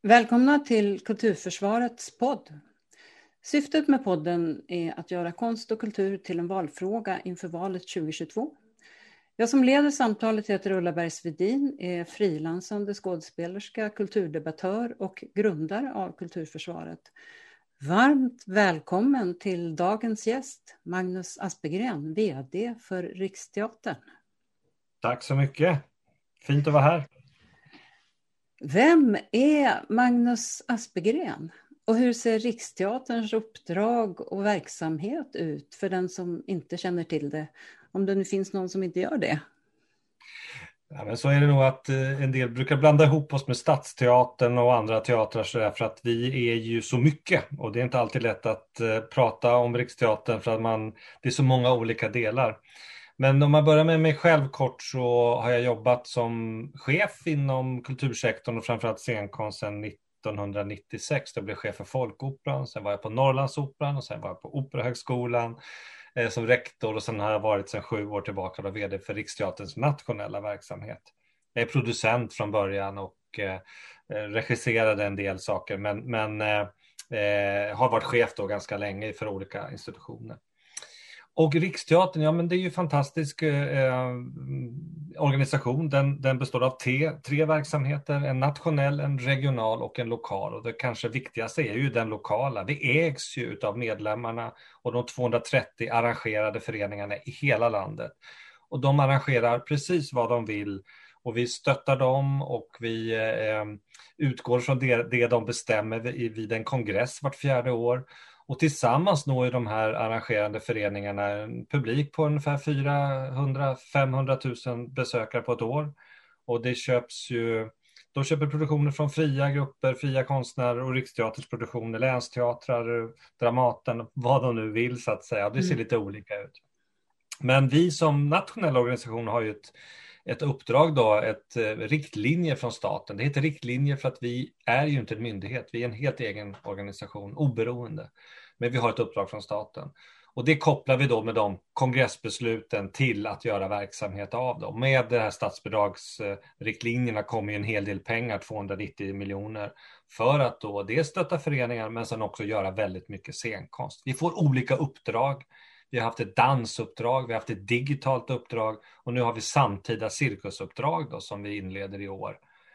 Välkomna till Kulturförsvarets podd. Syftet med podden är att göra konst och kultur till en valfråga inför valet 2022. Jag som leder samtalet heter Ulla Berg-Svedin, är frilansande skådespelerska, kulturdebattör och grundare av Kulturförsvaret. Varmt välkommen till dagens gäst, Magnus Aspergren, vd för Riksteatern. Tack så mycket. Fint att vara här. Vem är Magnus Aspergren? Och hur ser Riksteaterns uppdrag och verksamhet ut för den som inte känner till det? Om det nu finns någon som inte gör det. Ja, men så är det nog att en del brukar blanda ihop oss med Stadsteatern och andra teatrar så där, för att vi är ju så mycket. Och det är inte alltid lätt att prata om Riksteatern för att det är så många olika delar. Men om man börjar med mig själv kort så har jag jobbat som chef inom kultursektorn och framförallt scenkonst sedan 1996. Då blev jag chef för Folkoperan, sen var jag på Norrlandsoperan och sen var jag på Operahögskolan som rektor och sen har jag varit sedan 7 år tillbaka och vd för Riksteaterns nationella verksamhet. Jag är producent från början och regisserade en del saker men har varit chef då ganska länge för olika institutioner. Och Riksteatern, ja men det är ju en fantastisk organisation. Den består av tre verksamheter, en nationell, en regional och en lokal. Och det kanske viktigaste är ju den lokala. Vi ägs ju av medlemmarna och de 230 arrangerade föreningarna i hela landet. Och de arrangerar precis vad de vill och vi stöttar dem och vi utgår från det de bestämmer vid en kongress vart 4:e år. Och tillsammans når ju de här arrangerande föreningarna en publik på ungefär 400-500 000 besökare på ett år. Och det de köper produktioner från fria grupper, fria konstnärer och Riksteaterns produktioner, länsteatrar, Dramaten, vad de nu vill så att säga. Det ser lite olika ut. Men vi som nationell organisation har ju ett uppdrag då, ett riktlinje från staten. Det heter riktlinjer för att vi är ju inte en myndighet, vi är en helt egen organisation, oberoende. Men vi har ett uppdrag från staten. Och det kopplar vi då med de kongressbesluten till att göra verksamhet av dem. Med det här statsbidragsriktlinjerna kommer ju en hel del pengar, 290 miljoner, för att då dels stötta föreningar men sen också göra väldigt mycket scenkonst. Vi får olika uppdrag. Vi har haft ett dansuppdrag, vi har haft ett digitalt uppdrag och nu har vi samtida cirkusuppdrag då, som vi inleder i år.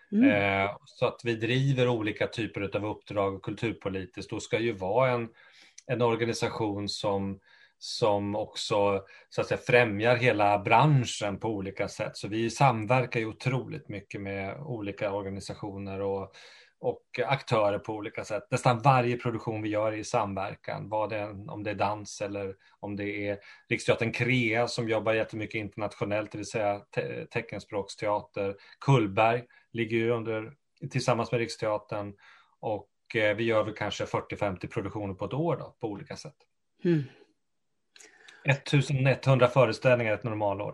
Så att vi driver olika typer av uppdrag kulturpolitiskt. Då ska ju vara en organisation som också så att säga, främjar hela branschen på olika sätt. Så vi samverkar ju otroligt mycket med olika organisationer och aktörer på olika sätt. Nästan varje produktion vi gör är i samverkan. Om det är dans eller om det är Riksteatern Krea som jobbar jättemycket internationellt, det vill säga teckenspråksteater. Kullberg ligger ju tillsammans med Riksteatern och vi gör väl kanske 40-50 produktioner på ett år då, på olika sätt. 1100 föreställningar ett normalår.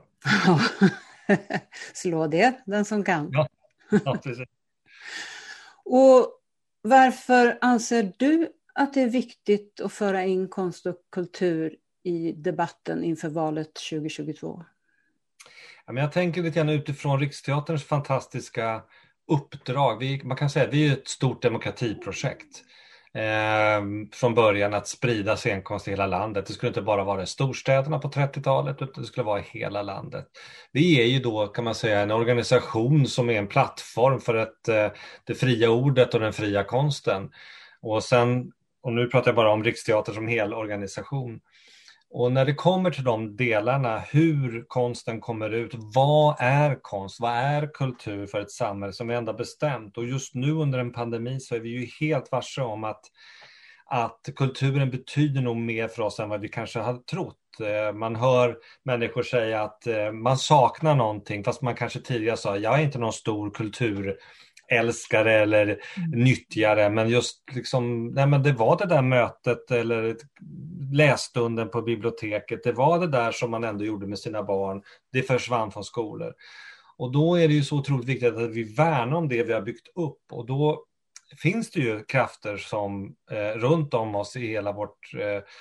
Slå det, den som kan. Ja, precis. Och varför anser du att det är viktigt att föra in konst och kultur i debatten inför valet 2022? Ja, men jag tänker lite grann utifrån Riksteaterns fantastiska uppdrag. Man kan säga att vi är ett stort demokratiprojekt. Från början att sprida scenkonst i hela landet. Det skulle inte bara vara i storstäderna på 30-talet utan det skulle vara i hela landet. Vi är ju då kan man säga en organisation som är en plattform för det fria ordet och den fria konsten. Och nu pratar jag bara om Riksteatern som hel organisation. Och när det kommer till de delarna, hur konsten kommer ut, vad är konst, vad är kultur för ett samhälle som vi ändå bestämt? Och just nu under en pandemi så är vi ju helt varse om att kulturen betyder nog mer för oss än vad vi kanske hade trott. Man hör människor säga att man saknar någonting, fast man kanske tidigare sa jag är inte någon stor kulturälskare eller nyttjare, men just liksom, nej men det var det där mötet eller lässtunden på biblioteket, det var det där som man ändå gjorde med sina barn, det försvann från skolor. Och då är det ju så otroligt viktigt att vi värnar om det vi har byggt upp och då finns det ju krafter som runt om oss i hela vårt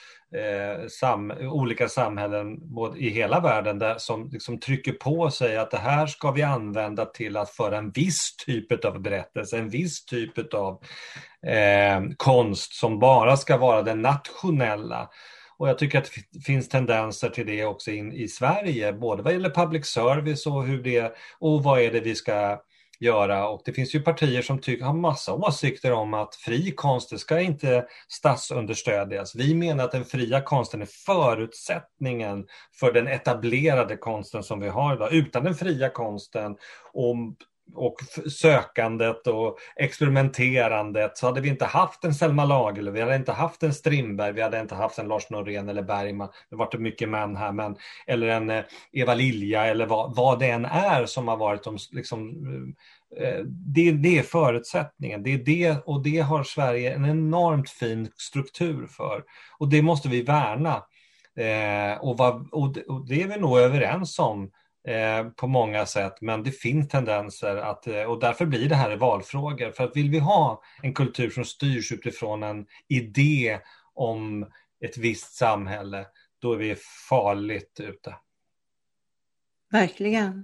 olika samhällen både i hela världen där, som liksom trycker på sig att det här ska vi använda till att föra en viss typ av berättelse, en viss typ av konst som bara ska vara den nationella. Och jag tycker att det finns tendenser till det också i Sverige, både vad gäller public service och och vad är det vi ska göra. Och det finns ju partier som har massa åsikter om att fri konst, det ska inte statsunderstödjas. Vi menar att den fria konsten är förutsättningen för den etablerade konsten som vi har idag. Utan den fria konsten och sökandet och experimenterandet så hade vi inte haft en Selma Lagerlöf, vi hade inte haft en Strindberg, vi hade inte haft en Lars Norén eller Bergman, det var inte mycket män här, eller en Eva Lilja eller vad det än är som har varit det är förutsättningen, och det har Sverige en enormt fin struktur för, och det måste vi värna, och det är vi nog överens om på många sätt, men det finns tendenser och därför blir det här valfrågor, för att vill vi ha en kultur som styrs utifrån en idé om ett visst samhälle, då är vi farligt ute. Verkligen.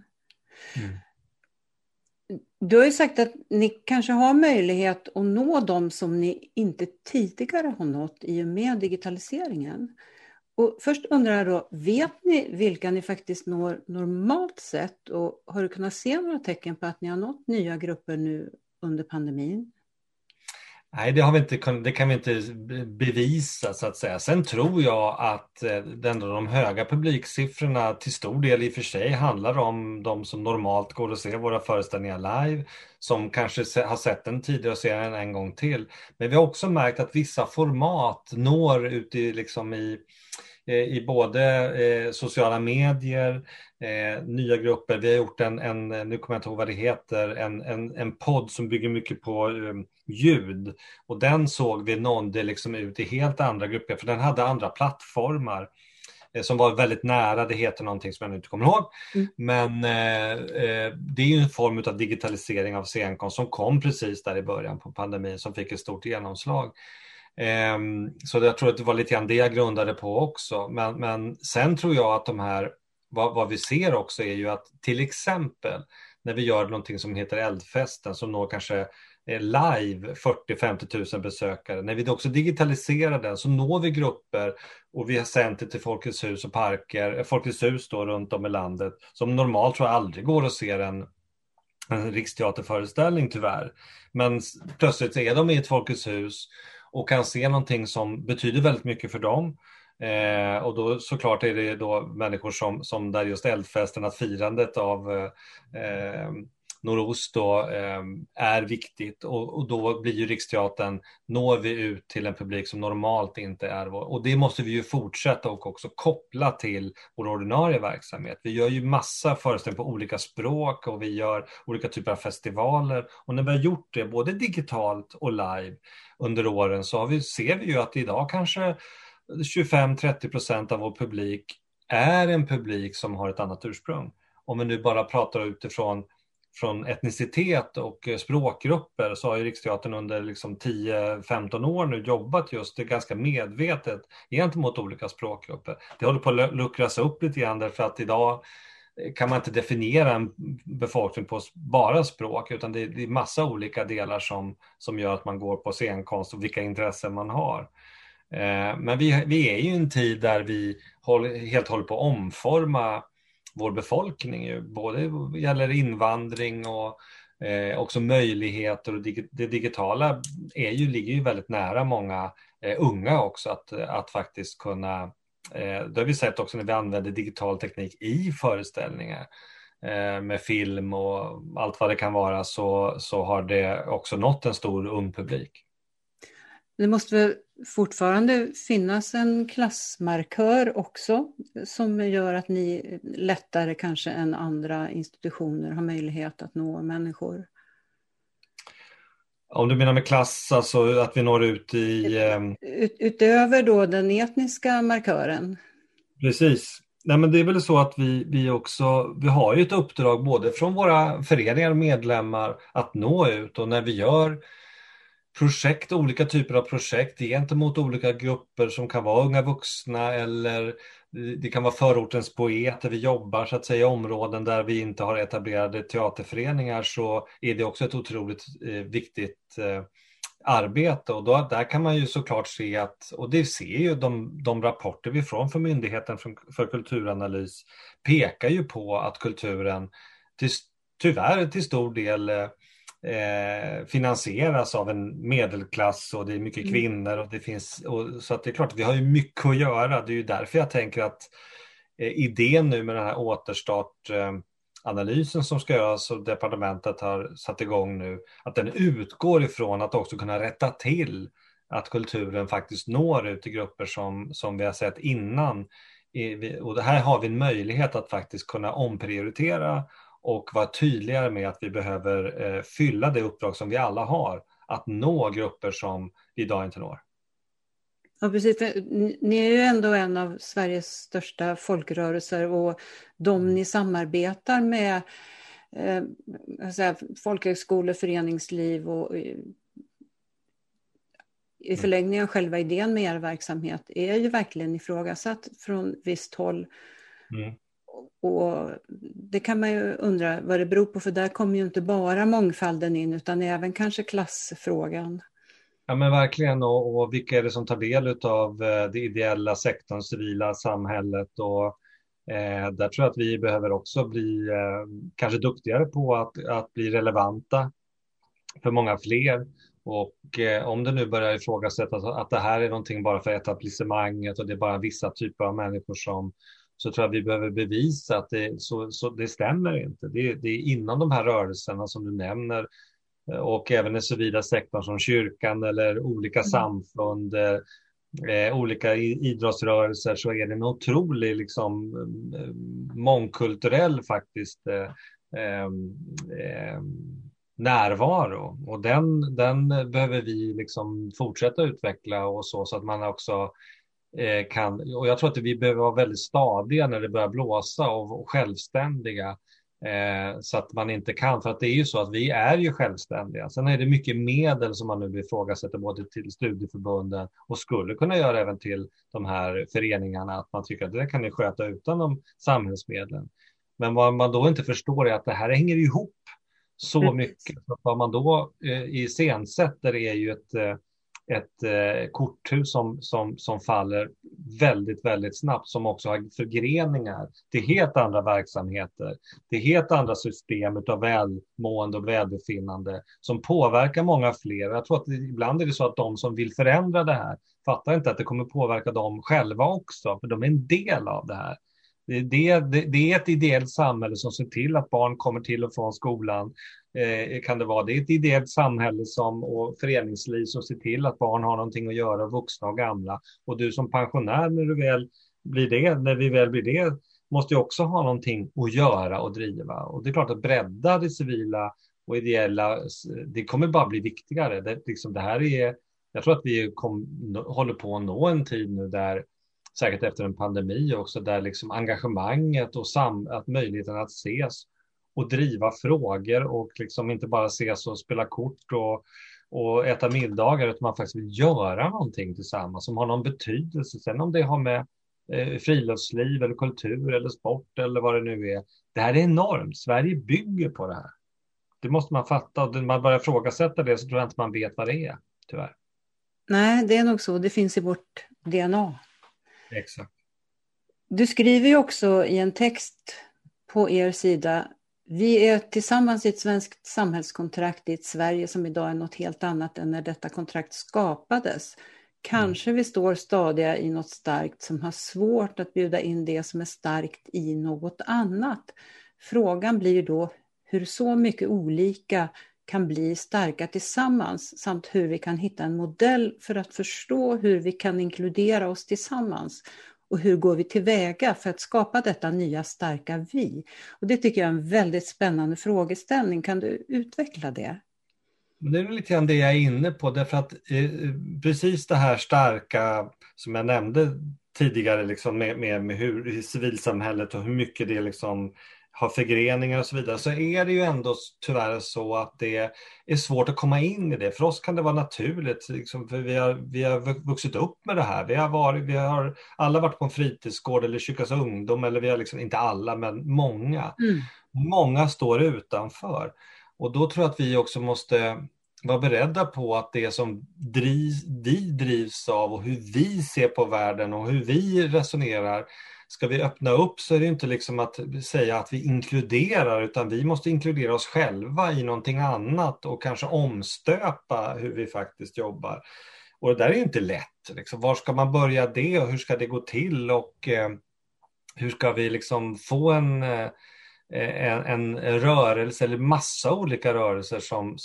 Du har ju sagt att ni kanske har möjlighet att nå dem som ni inte tidigare har nått i och med digitaliseringen. Och först undrar jag då, vet ni vilka ni faktiskt når normalt sett, och har du kunnat se några tecken på att ni har nått nya grupper nu under pandemin? Nej, det kan vi inte bevisa så att säga. Sen tror jag att de höga publiksiffrorna till stor del i och för sig handlar om de som normalt går och ser våra föreställningar live, som kanske har sett den tidigare och ser den en gång till. Men vi har också märkt att vissa format når ut i både sociala medier, nya grupper. Vi har gjort nu kommer jag inte ihåg vad det heter, en podd som bygger mycket på ljud, och den såg vi nådde liksom ut i helt andra grupper, för den hade andra plattformar som var väldigt nära. Det heter någonting som jag nu inte kommer ihåg, men det är ju en form av digitalisering av scenkonst som kom precis där i början på pandemin, som fick ett stort genomslag. Så jag tror att det var lite grann det jag grundade på också, men sen tror jag att de här, vad vi ser också är ju att till exempel när vi gör någonting som heter Eldfesten, som når kanske live 40-50 000 besökare, när vi också digitaliserar den så når vi grupper, och vi har sänt det till Folkets hus och parker, Folkets hus då runt om i landet, som normalt tror jag aldrig går och ser en riksteaterföreställning tyvärr, men plötsligt är de i ett Folkets hus och kan se någonting som betyder väldigt mycket för dem. Och då såklart är det då människor som där just Eldfesten, att firandet av Nordost då är viktigt, och då blir ju Riksteatern, når vi ut till en publik som normalt inte är vår, och det måste vi ju fortsätta och också koppla till vår ordinarie verksamhet. Vi gör ju massa föreställningar på olika språk, och vi gör olika typer av festivaler, och när vi har gjort det både digitalt och live under åren, så ser vi ju att idag kanske 25-30% av vår publik är en publik som har ett annat ursprung. Om vi nu bara pratar utifrån etnicitet och språkgrupper, så har ju Riksteatern under liksom 10-15 år nu jobbat just det ganska medvetet gentemot olika språkgrupper. Det håller på att luckras upp lite grann, därför att idag kan man inte definiera en befolkning på bara språk, utan det är massa olika delar som gör att man går på scenkonst och vilka intressen man har. Men vi är ju i en tid där vi helt håller på att omforma vår befolkning, både gäller invandring och också möjligheter, och det digitala ligger ju väldigt nära många unga också, att faktiskt kunna, det har vi sett också när vi använder digital teknik i föreställningar med film och allt vad det kan vara, så har det också nått en stor ung publik. Det måste väl fortfarande finnas en klassmarkör också, som gör att ni lättare kanske än andra institutioner har möjlighet att nå människor? Om du menar med klass, alltså att vi når ut i... Utöver då den etniska markören? Precis. Nej, men det är väl så att vi har ju ett uppdrag både från våra föreningar och medlemmar att nå ut, och när vi gör projekt, olika typer av projekt gentemot olika grupper som kan vara unga vuxna eller det kan vara förortens poeter. Vi jobbar så att säga i områden där vi inte har etablerade teaterföreningar, så är det också ett otroligt viktigt arbete. Och där kan man ju såklart se att, och det ser ju de rapporter vi får från Myndigheten för kulturanalys, pekar ju på att kulturen tyvärr till stor del finansieras av en medelklass, och det är mycket kvinnor och det finns, så att det är klart att vi har ju mycket att göra. Det är ju därför jag tänker att idén nu med den här återstartanalysen som ska göras och departementet har satt igång nu, att den utgår ifrån att också kunna rätta till att kulturen faktiskt når ut till grupper som vi har sett innan. Och det här har vi en möjlighet att faktiskt kunna omprioritera och vara tydligare med att vi behöver fylla det uppdrag som vi alla har, att nå grupper som vi idag inte når. Ja, precis. Ni är ju ändå en av Sveriges största folkrörelser, och de ni samarbetar med, folkhögskolor, föreningsliv och i förlängningen själva idén med er verksamhet är ju verkligen ifrågasatt från visst håll. Och det kan man ju undra vad det beror på, för där kommer ju inte bara mångfalden in utan även kanske klassfrågan. Ja men verkligen, och vilka är det som tar del av det ideella sektorn, civila samhället, och där tror jag att vi behöver också bli kanske duktigare på att bli relevanta för många fler. Och om det nu börjar ifrågasättas att det här är någonting bara för etablissemanget och det är bara vissa typer av människor så tror jag vi behöver bevisa att det stämmer inte. Det är inom de här rörelserna som du nämner, och även den civila sektorn som kyrkan eller olika samfund, olika idrottsrörelser, så är det en otrolig liksom, mångkulturell faktiskt närvaro, och den behöver vi liksom fortsätta utveckla och så att man också kan, och jag tror att vi behöver vara väldigt stadiga när det börjar blåsa och självständiga, så att man inte kan, för att det är ju så att vi är ju självständiga. Sen är det mycket medel som man nu ifrågasätter både till studieförbunden och skulle kunna göra även till de här föreningarna, att man tycker att det kan ni sköta utan de samhällsmedlen. Men vad man då inte förstår är att det här hänger ihop så mycket. Så vad man då iscensätter är ju ett korthus som faller väldigt, väldigt snabbt, som också har förgreningar till helt andra verksamheter, till helt andra system av välmående och välbefinnande som påverkar många fler. Jag tror att ibland är det så att de som vill förändra det här fattar inte att det kommer påverka dem själva också, för de är en del av det här. Det är ett ideellt samhälle som ser till att barn kommer till och från skolan. Kan det vara. Det är ett ideellt samhälle och föreningsliv som ser till att barn har någonting att göra, vuxna och gamla. Och du som pensionär, när vi väl blir det, måste ju också ha någonting att göra och driva. Och det är klart att bredda det civila och ideella, det kommer bara bli viktigare. Det här är, jag tror att vi håller på att nå en tid nu där, säkert efter en pandemi också, där liksom engagemanget och att möjligheten att ses och driva frågor och liksom inte bara ses och spela kort och äta middagar, utan man faktiskt vill göra någonting tillsammans som har någon betydelse. Sen om det har med friluftsliv eller kultur eller sport eller vad det nu är. Det här är enormt. Sverige bygger på det här. Det måste man fatta, och när man börjar ifrågasätta det så tror jag inte man vet vad det är, tyvärr. Nej, det är nog så. Det finns i vårt DNA. Exakt. Du skriver ju också i en text på er sida: vi är tillsammans i ett svenskt samhällskontrakt i ett Sverige som idag är något helt annat än när detta kontrakt skapades. Kanske vi står stadiga i något starkt som har svårt att bjuda in det som är starkt i något annat. Frågan blir då hur så mycket olika kan bli starka tillsammans, samt hur vi kan hitta en modell för att förstå hur vi kan inkludera oss tillsammans. Och hur går vi tillväga för att skapa detta nya starka vi? Och det tycker jag är en väldigt spännande frågeställning. Kan du utveckla det? Det är lite grann det jag är inne på. Därför att precis det här starka som jag nämnde tidigare liksom, med hur civilsamhället och hur mycket det liksom har förgreningar och så vidare, så är det ju ändå tyvärr så att det är svårt att komma in i det. För oss kan det vara naturligt, liksom, för vi har vuxit upp med det här. Vi har alla varit på en fritidsgård eller Kyrkas ungdom, eller vi har liksom, inte alla, men många. Många står utanför. Och då tror jag att vi också måste vara beredda på att det som vi drivs av och hur vi ser på världen och hur vi resonerar, ska vi öppna upp, så är det inte liksom att säga att vi inkluderar, utan vi måste inkludera oss själva i någonting annat och kanske omstöpa hur vi faktiskt jobbar. Och det där är ju inte lätt. Liksom. Var ska man börja det och hur ska det gå till, och hur ska vi liksom få en rörelse eller massa olika rörelser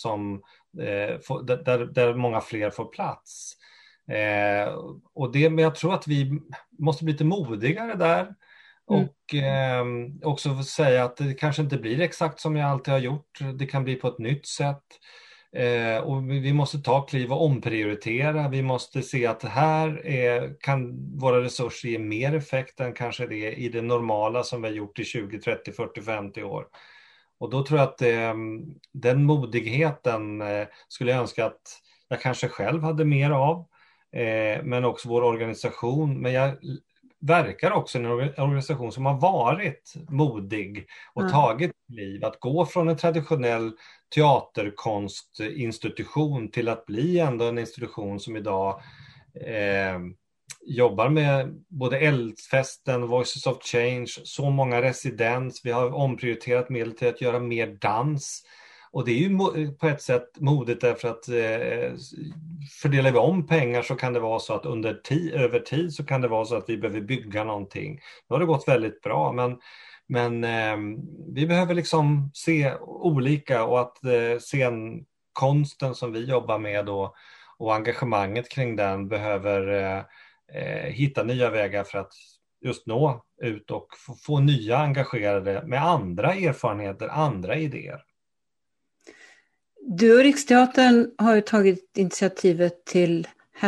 där många fler får plats. Men jag tror att vi måste bli lite modigare där, och också säga att det kanske inte blir exakt som jag alltid har gjort. Det kan bli på ett nytt sätt. Och vi måste ta kliv och omprioritera. Vi måste se att här kan våra resurser ge mer effekt än kanske det i det normala som vi har gjort i 20, 30, 40, 50 år. Och då tror jag att den modigheten skulle jag önska att jag kanske själv hade mer av. Men också vår organisation. Men jag verkar också en organisation som har varit modig och tagit liv. Att gå från en traditionell teaterkonstinstitution till att bli ändå en institution som idag jobbar med både Eldfesten, Voices of Change, så många residens. Vi har omprioriterat medel till att göra mer dans. Och det är ju på ett sätt modigt, därför att fördelar vi om pengar så kan det vara så att över tid så kan det vara så att vi behöver bygga någonting. Nu har det gått väldigt bra, men vi behöver liksom se olika, och att scenkonsten som vi jobbar med och engagemanget kring den behöver hitta nya vägar för att just nå ut och få nya engagerade med andra erfarenheter, andra idéer. Du och Riksteatern har ju tagit initiativet till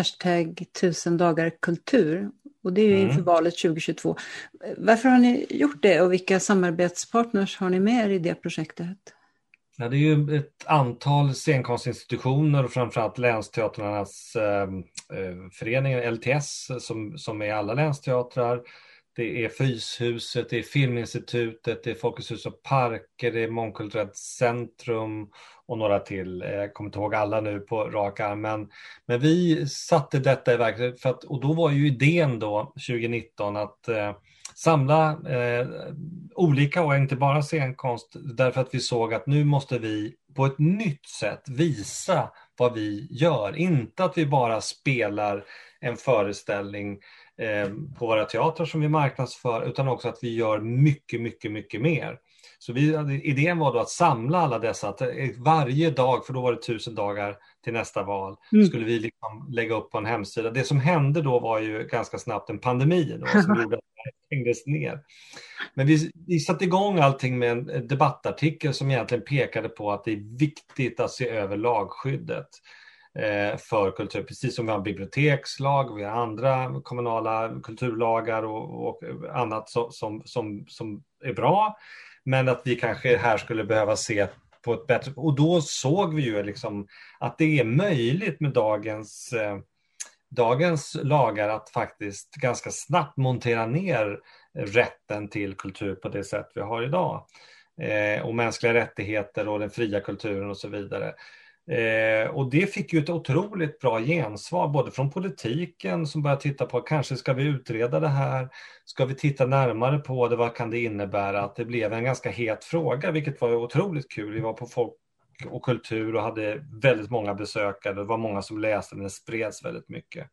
#1000dagarkultur, och det är ju inför valet 2022. Varför har ni gjort det, och vilka samarbetspartners har ni med er i det projektet? Ja, det är ju ett antal scenkonstinstitutioner och framförallt länsteatrarnas föreningen LTS som är alla länsteatrar. Det är Fryshuset, det är Filminstitutet, det är Folkets hus och parker, det är Mångkulturellt centrum och några till. Jag kommer inte ihåg alla nu på rak arm, men vi satte detta i verklighet, och då var ju idén då 2019 att samla olika, och inte bara scenkonst, därför att vi såg att nu måste vi på ett nytt sätt visa vad vi gör. Inte att vi bara spelar en föreställning på våra teatrar som vi marknadsför, utan också att vi gör mycket, mycket, mycket mer. Så idén var då att samla alla dessa, att varje dag, för då var det 1000 dagar till nästa val, skulle vi liksom lägga upp på en hemsida. Det som hände då var ju ganska snabbt en pandemi då, som gjorde att det hängdes ner. Men vi satte igång allting med en debattartikel som egentligen pekade på att det är viktigt att se över lagskyddet för kultur, precis som vi har en bibliotekslag, vi har andra kommunala kulturlagar och annat som är bra, men att vi kanske här skulle behöva se på ett bättre, och då såg vi ju liksom att det är möjligt med dagens lagar att faktiskt ganska snabbt montera ner rätten till kultur på det sätt vi har idag, och mänskliga rättigheter och den fria kulturen och så vidare. Och det fick ju ett otroligt bra gensvar både från politiken som började titta på, kanske ska vi utreda det här, ska vi titta närmare på det, vad kan det innebära, att det blev en ganska het fråga, vilket var otroligt kul. Vi var på Folk och kultur och hade väldigt många besökare, det var många som läste, den spreds väldigt mycket.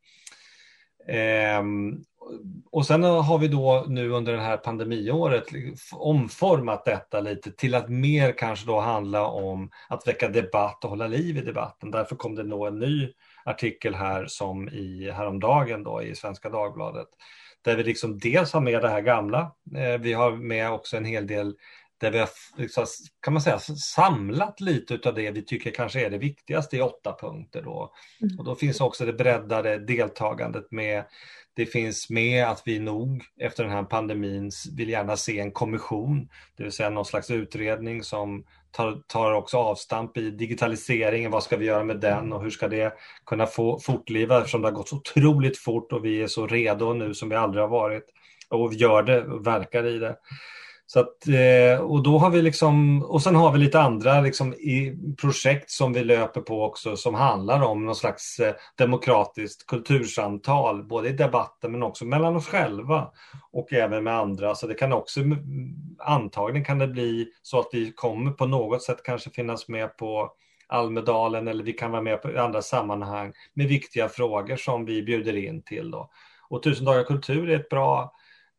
Och sen har vi då nu under det här pandemiåret omformat detta lite till att mer kanske då handla om att väcka debatt och hålla liv i debatten. Därför kom det nog en ny artikel här som häromdagen då i Svenska Dagbladet, där vi liksom dels har med det här gamla, vi har med också en hel del där vi har liksom, kan man säga, samlat lite av det vi tycker kanske är det viktigaste i 8 punkter då. Och då finns också det breddade deltagandet med. Det finns med att vi nog efter den här pandemin vill gärna se en kommission, det vill säga någon slags utredning som tar också avstamp i digitaliseringen. Vad ska vi göra med den och hur ska det kunna få fortliva, eftersom det har gått så otroligt fort och vi är så redo nu som vi aldrig har varit och gör det och verkar i det. Så att, och då har vi liksom, och sen har vi lite andra liksom i projekt som vi löper på också, som handlar om någon slags demokratiskt kultursamtal, både i debatten men också mellan oss själva och även med andra. Så det kan också, antagligen kan det bli så att vi kommer på något sätt kanske finnas med på Almedalen, eller vi kan vara med på andra sammanhang med viktiga frågor som vi bjuder in till då. Och 1000 dagar kultur är ett bra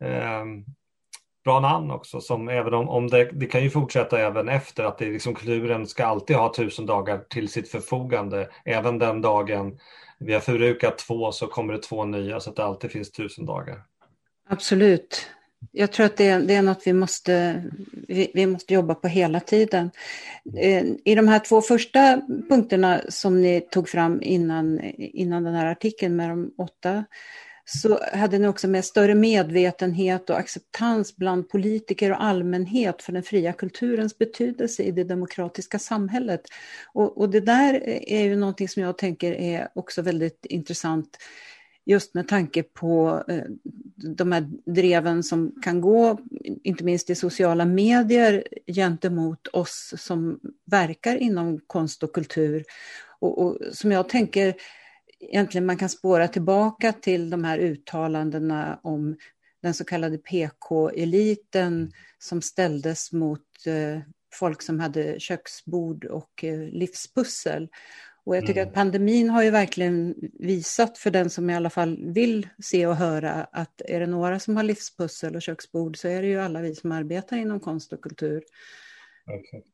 namn också, som även om det kan ju fortsätta även efter att det liksom, kulturen ska alltid ha 1000 dagar till sitt förfogande. Även den dagen vi har förukat 2 så kommer det 2 nya, så att det alltid finns 1000 dagar. Absolut. Jag tror att det är något vi måste jobba på hela tiden. I de här 2 första punkterna som ni tog fram innan den här artikeln med de 8, så hade ni också med större medvetenhet och acceptans bland politiker och allmänhet för den fria kulturens betydelse i det demokratiska samhället. Och det där är ju någonting som jag tänker är också väldigt intressant, just med tanke på de här dreven som kan gå, inte minst i sociala medier, gentemot oss som verkar inom konst och kultur. Och som jag tänker, egentligen man kan spåra tillbaka till de här uttalandena om den så kallade PK-eliten som ställdes mot folk som hade köksbord och livspussel. Och jag tycker att pandemin har ju verkligen visat, för den som i alla fall vill se och höra, att är det några som har livspussel och köksbord så är det ju alla vi som arbetar inom konst och kultur. Okay.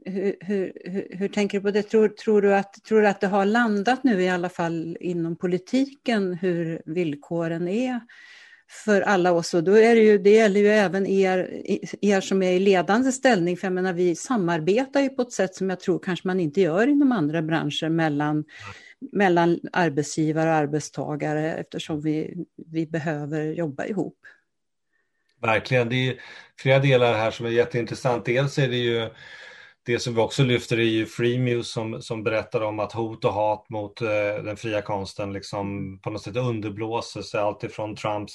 Hur tänker du på det? Tror du att det har landat nu i alla fall inom politiken, hur villkoren är för alla oss? Och då är det gäller ju även er som är i ledande ställning, för jag menar, vi samarbetar ju på ett sätt som jag tror kanske man inte gör inom andra branscher mellan arbetsgivare och arbetstagare, eftersom vi behöver jobba ihop. Verkligen, det är flera delar här som är jätteintressant. Dels är det ju det som vi också lyfter, är ju Freemuse som berättar om att hot och hat mot den fria konsten liksom på något sätt underblåser sig, allt ifrån Trumps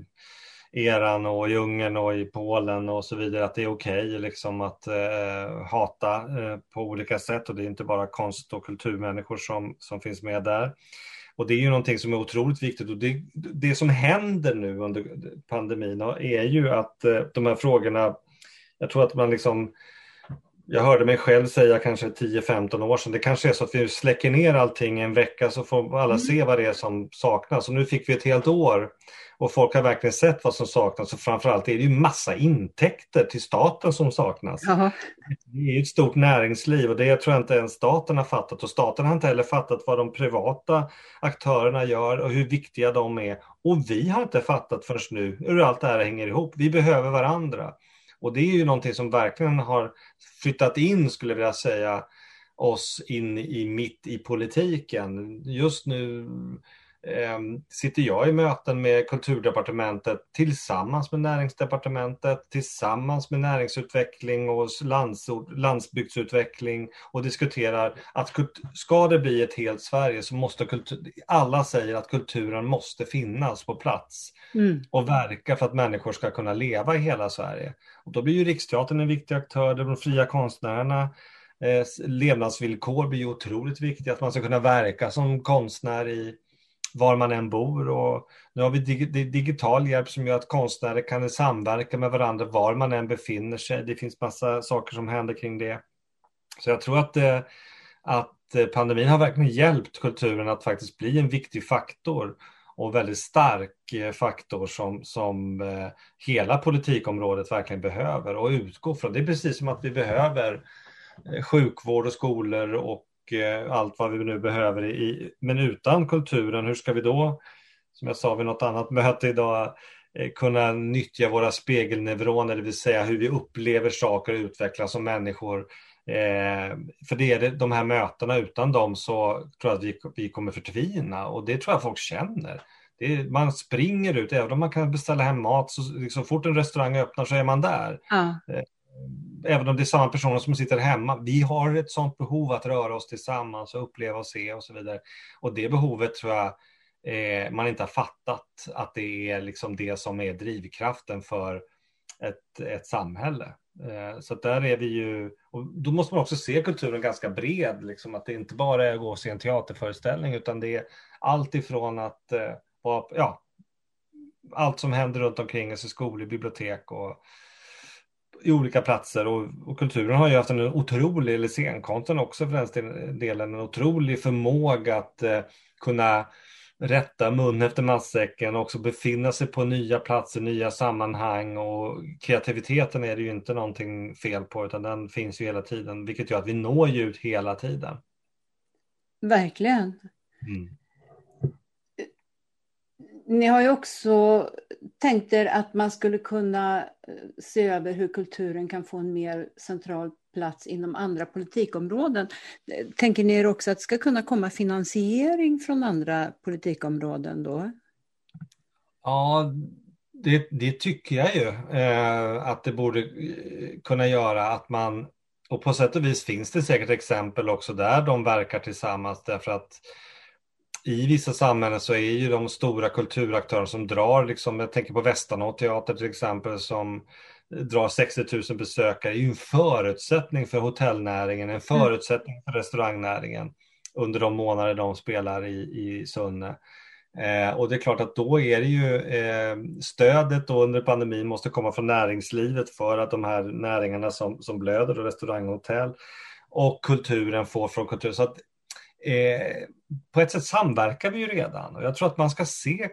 eran och i Ungern och i Polen och så vidare, att det är okej liksom att hata på olika sätt, och det är inte bara konst- och kulturmänniskor som finns med där. Och det är ju någonting som är otroligt viktigt, och det som händer nu under pandemin är ju att de här frågorna, jag tror att man liksom, jag hörde mig själv säga kanske 10-15 år sedan, det kanske är så att vi släcker ner allting en vecka så får alla se vad det är som saknas. Och nu fick vi ett helt år och folk har verkligen sett vad som saknas, och framförallt är det ju massa intäkter till staten som saknas. Jaha. Det är ju ett stort näringsliv, och det tror jag inte ens staten har fattat, och staten har inte heller fattat vad de privata aktörerna gör och hur viktiga de är, och vi har inte fattat förrän nu hur allt det här hänger ihop. Vi behöver varandra. Och det är ju någonting som verkligen har flyttat in, skulle jag vilja säga, oss in mitt i politiken. Just nu sitter jag i möten med kulturdepartementet tillsammans med näringsdepartementet, tillsammans med näringsutveckling och landsbygdsutveckling, och diskuterar att ska det bli ett helt Sverige så måste alla säger att kulturen måste finnas på plats och verka för att människor ska kunna leva i hela Sverige. Och då blir ju Riksteatern en viktig aktör, de fria konstnärerna, levnadsvillkor blir ju otroligt viktigt, att man ska kunna verka som konstnär i var man än bor, och nu har vi digital hjälp som gör att konstnärer kan samverka med varandra var man än befinner sig. Det finns massa saker som händer kring det. Så jag tror att pandemin har verkligen hjälpt kulturen att faktiskt bli en viktig faktor, och väldigt stark faktor som hela politikområdet verkligen behöver och utgå från. Det är precis som att vi behöver sjukvård och skolor och allt vad vi nu behöver men utan kulturen, hur ska vi då, som jag sa vid något annat möte idag, kunna nyttja våra spegelneuroner, det vill säga hur vi upplever saker och utvecklas som människor. För det är de här mötena, utan dem så tror jag att vi kommer förtvina, och det tror jag folk känner. Man springer ut, även om man kan beställa hem mat, så liksom fort en restaurang öppnar så är man där. Ja. Även om det är samma personer som sitter hemma. Vi har ett sånt behov att röra oss tillsammans och uppleva och se och så vidare. Och det behovet tror jag man inte har fattat, att det är liksom det som är drivkraften för ett samhälle. Så där är vi ju, och då måste man också se kulturen ganska bred, liksom, att det inte bara är att gå och se en teaterföreställning, utan det är allt ifrån att allt som händer runt omkring oss i skolor, bibliotek och i olika platser, och kulturen har ju haft en otrolig, eller scenkonsten också för den delen, en otrolig förmåga att kunna rätta mun efter matsäcken och också befinna sig på nya platser, nya sammanhang, och kreativiteten är det ju inte någonting fel på, utan den finns ju hela tiden, vilket gör att vi når ju ut hela tiden. Verkligen. Ni har ju också tänkt er att man skulle kunna se över hur kulturen kan få en mer central plats inom andra politikområden. Tänker ni er också att det ska kunna komma finansiering från andra politikområden då? Ja, det tycker jag ju att det borde kunna göra, att man, och på sätt och vis finns det säkert exempel också där de verkar tillsammans, därför att i vissa samhällen så är ju de stora kulturaktörerna som drar, liksom, jag tänker på Västanå teater till exempel, som drar 60 000 besökare, är ju en förutsättning för hotellnäringen, en förutsättning för restaurangnäringen under de månader de spelar i Sunne. Och det är klart att då är det ju stödet då under pandemin måste komma från näringslivet, för att de här näringarna som blöder, och restaurang och hotell, och kulturen får från kultur. Så att på ett sätt samverkar vi ju redan, och jag tror att man ska se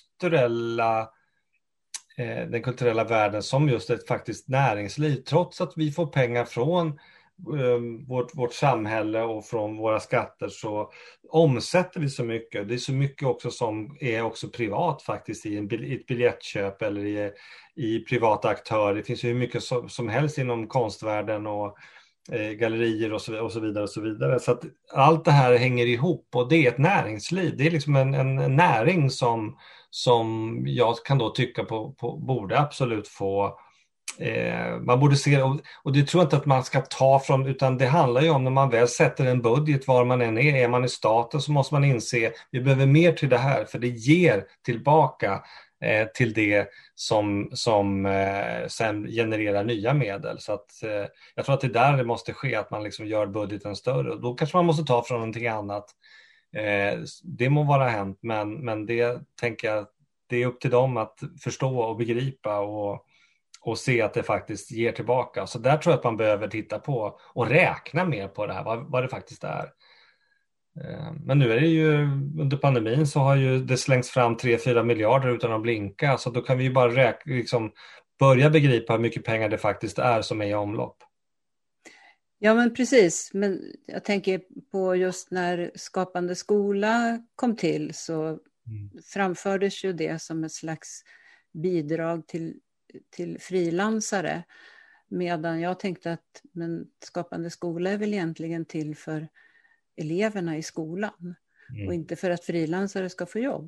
den kulturella världen som just ett faktiskt näringsliv, trots att vi får pengar från vårt samhälle och från våra skatter, så omsätter vi så mycket. Det är så mycket också som är också privat faktiskt, i ett biljettköp eller i privata aktörer. Det finns ju hur mycket som helst inom konstvärlden och gallerier och så vidare och så vidare. Så att allt det här hänger ihop, och det är ett näringsliv. Det är liksom en näring som jag kan då tycka på borde absolut få, man borde se, och det tror jag inte att man ska ta från, utan det handlar ju om, när man väl sätter en budget var man än är man i staten, så måste man inse vi behöver mer till det här, för det ger tillbaka till det som sen genererar nya medel. Så att jag tror att det är där det måste ske, att man liksom gör budgeten större, och då kanske man måste ta från någonting annat. Det må vara hänt, men det tänker jag, det är upp till dem att förstå och begripa och se att det faktiskt ger tillbaka. Så där tror jag att man behöver titta på och räkna mer på det här, vad det faktiskt är. Men nu är det ju, under pandemin så har ju det slängts fram 3-4 miljarder utan att blinka, så då kan vi ju bara börja begripa hur mycket pengar det faktiskt är som är i omlopp. Ja, men precis. Men jag tänker på just när Skapande skola kom till, så framfördes ju det som ett slags bidrag till frilansare. Medan jag tänkte att Skapande skola är väl egentligen till för eleverna i skolan. Och inte för att frilansare ska få jobb.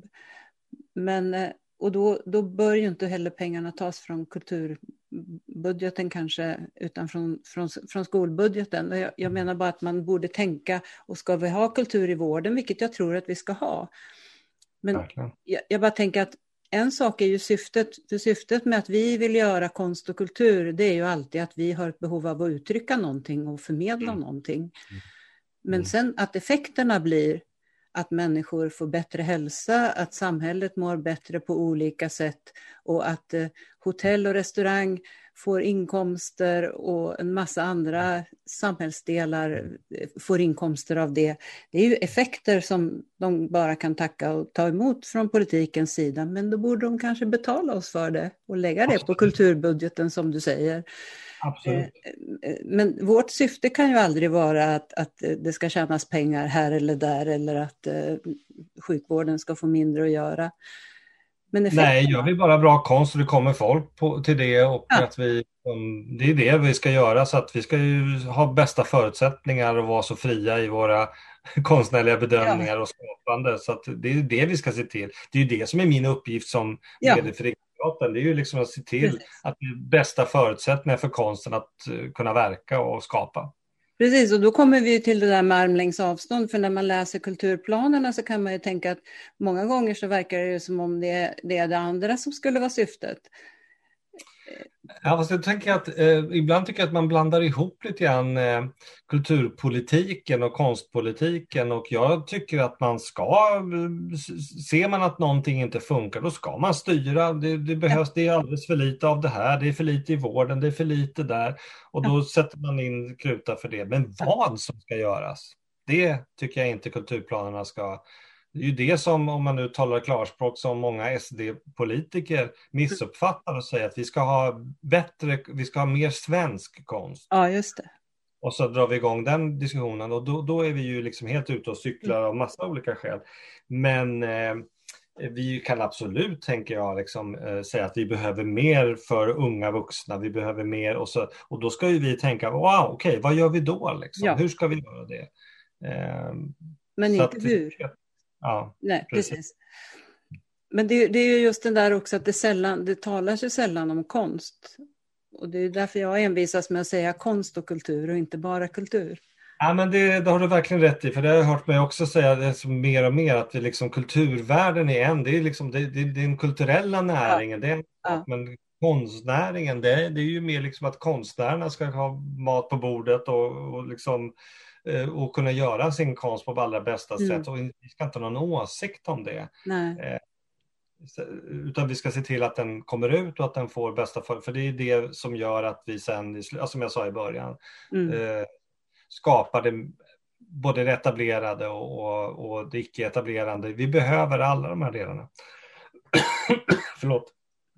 Och då bör ju inte heller pengarna tas från kulturbudgeten kanske, utan från skolbudgeten. Jag menar bara att man borde tänka, och ska vi ha kultur i vården, vilket jag tror att vi ska ha. Men jag bara tänker att en sak är ju syftet med att vi vill göra konst och kultur, det är ju alltid att vi har ett behov av att uttrycka någonting och förmedla någonting. Men sen att effekterna blir att människor får bättre hälsa, att samhället mår bättre på olika sätt, och att hotell och restaurang får inkomster och en massa andra samhällsdelar får inkomster av det. Det är ju effekter som de bara kan tacka och ta emot från politikens sida, men då borde de kanske betala oss för det och lägga det på kulturbudgeten, som du säger. Absolut. Men vårt syfte kan ju aldrig vara att det ska tjänas pengar här eller där, eller att sjukvården ska få mindre att göra. Men Nej, gör vi bara bra konst och det kommer folk till det och Ja. att det är det vi ska göra, så att vi ska ju ha bästa förutsättningar och vara så fria i våra konstnärliga Ja, bedömningar och skapande, så att det är det vi ska se till. Det är ju det som är min uppgift som ja, vd för Riksteatern, det är ju liksom att se till precis. att det är bästa förutsättningar för konsten att kunna verka och skapa. Precis, och då kommer vi till det där med armlängds avstånd, för när man läser kulturplanerna så kan man ju tänka att många gånger så verkar det ju som om det är det andra som skulle vara syftet. Ja, fast jag tänker att ibland tycker jag att man blandar ihop lite grann kulturpolitiken och konstpolitiken, och jag tycker att man ska, ser man att någonting inte funkar, då ska man styra. Det behövs, det är alldeles för lite av det här, det är för lite i vården, det är för lite där, och då sätter man in kruta för det. Men vad som ska göras, det tycker jag inte kulturplanerna ska. Det är ju det som, om man nu talar klarspråk, som många SD-politiker missuppfattar och säger att vi ska ha mer svensk konst. Ja, just det. Och så drar vi igång den diskussionen, och då är vi ju liksom helt ute och cyklar av massa olika skäl. Men vi kan absolut, tänker jag, liksom, säga att vi behöver mer för unga vuxna, vi behöver mer, och då ska ju vi tänka, wow, okej, vad gör vi då? Liksom? Ja. Hur ska vi göra det? Men inte hur. Ja, nej, precis. Men det är ju just den där också att det talas ju sällan om konst. Och det är därför jag envisas med att säga konst och kultur och inte bara kultur. Ja, men det har du verkligen rätt i, för det har jag hört mig också säga det som mer och mer, att det liksom, kulturvärlden det är liksom det är den kulturella näringen, men konstnäringen, det är ju mer liksom att konstnärerna ska ha mat på bordet och liksom och kunna göra sin konst på allra bästa sätt, och vi ska inte ha någon åsikt om det. Nej. Utan vi ska se till att den kommer ut och att den får bästa för det är det som gör att vi sen, som jag sa i början, skapar det, både det etablerade och det icke-etablerande. Vi behöver alla de här delarna. Förlåt.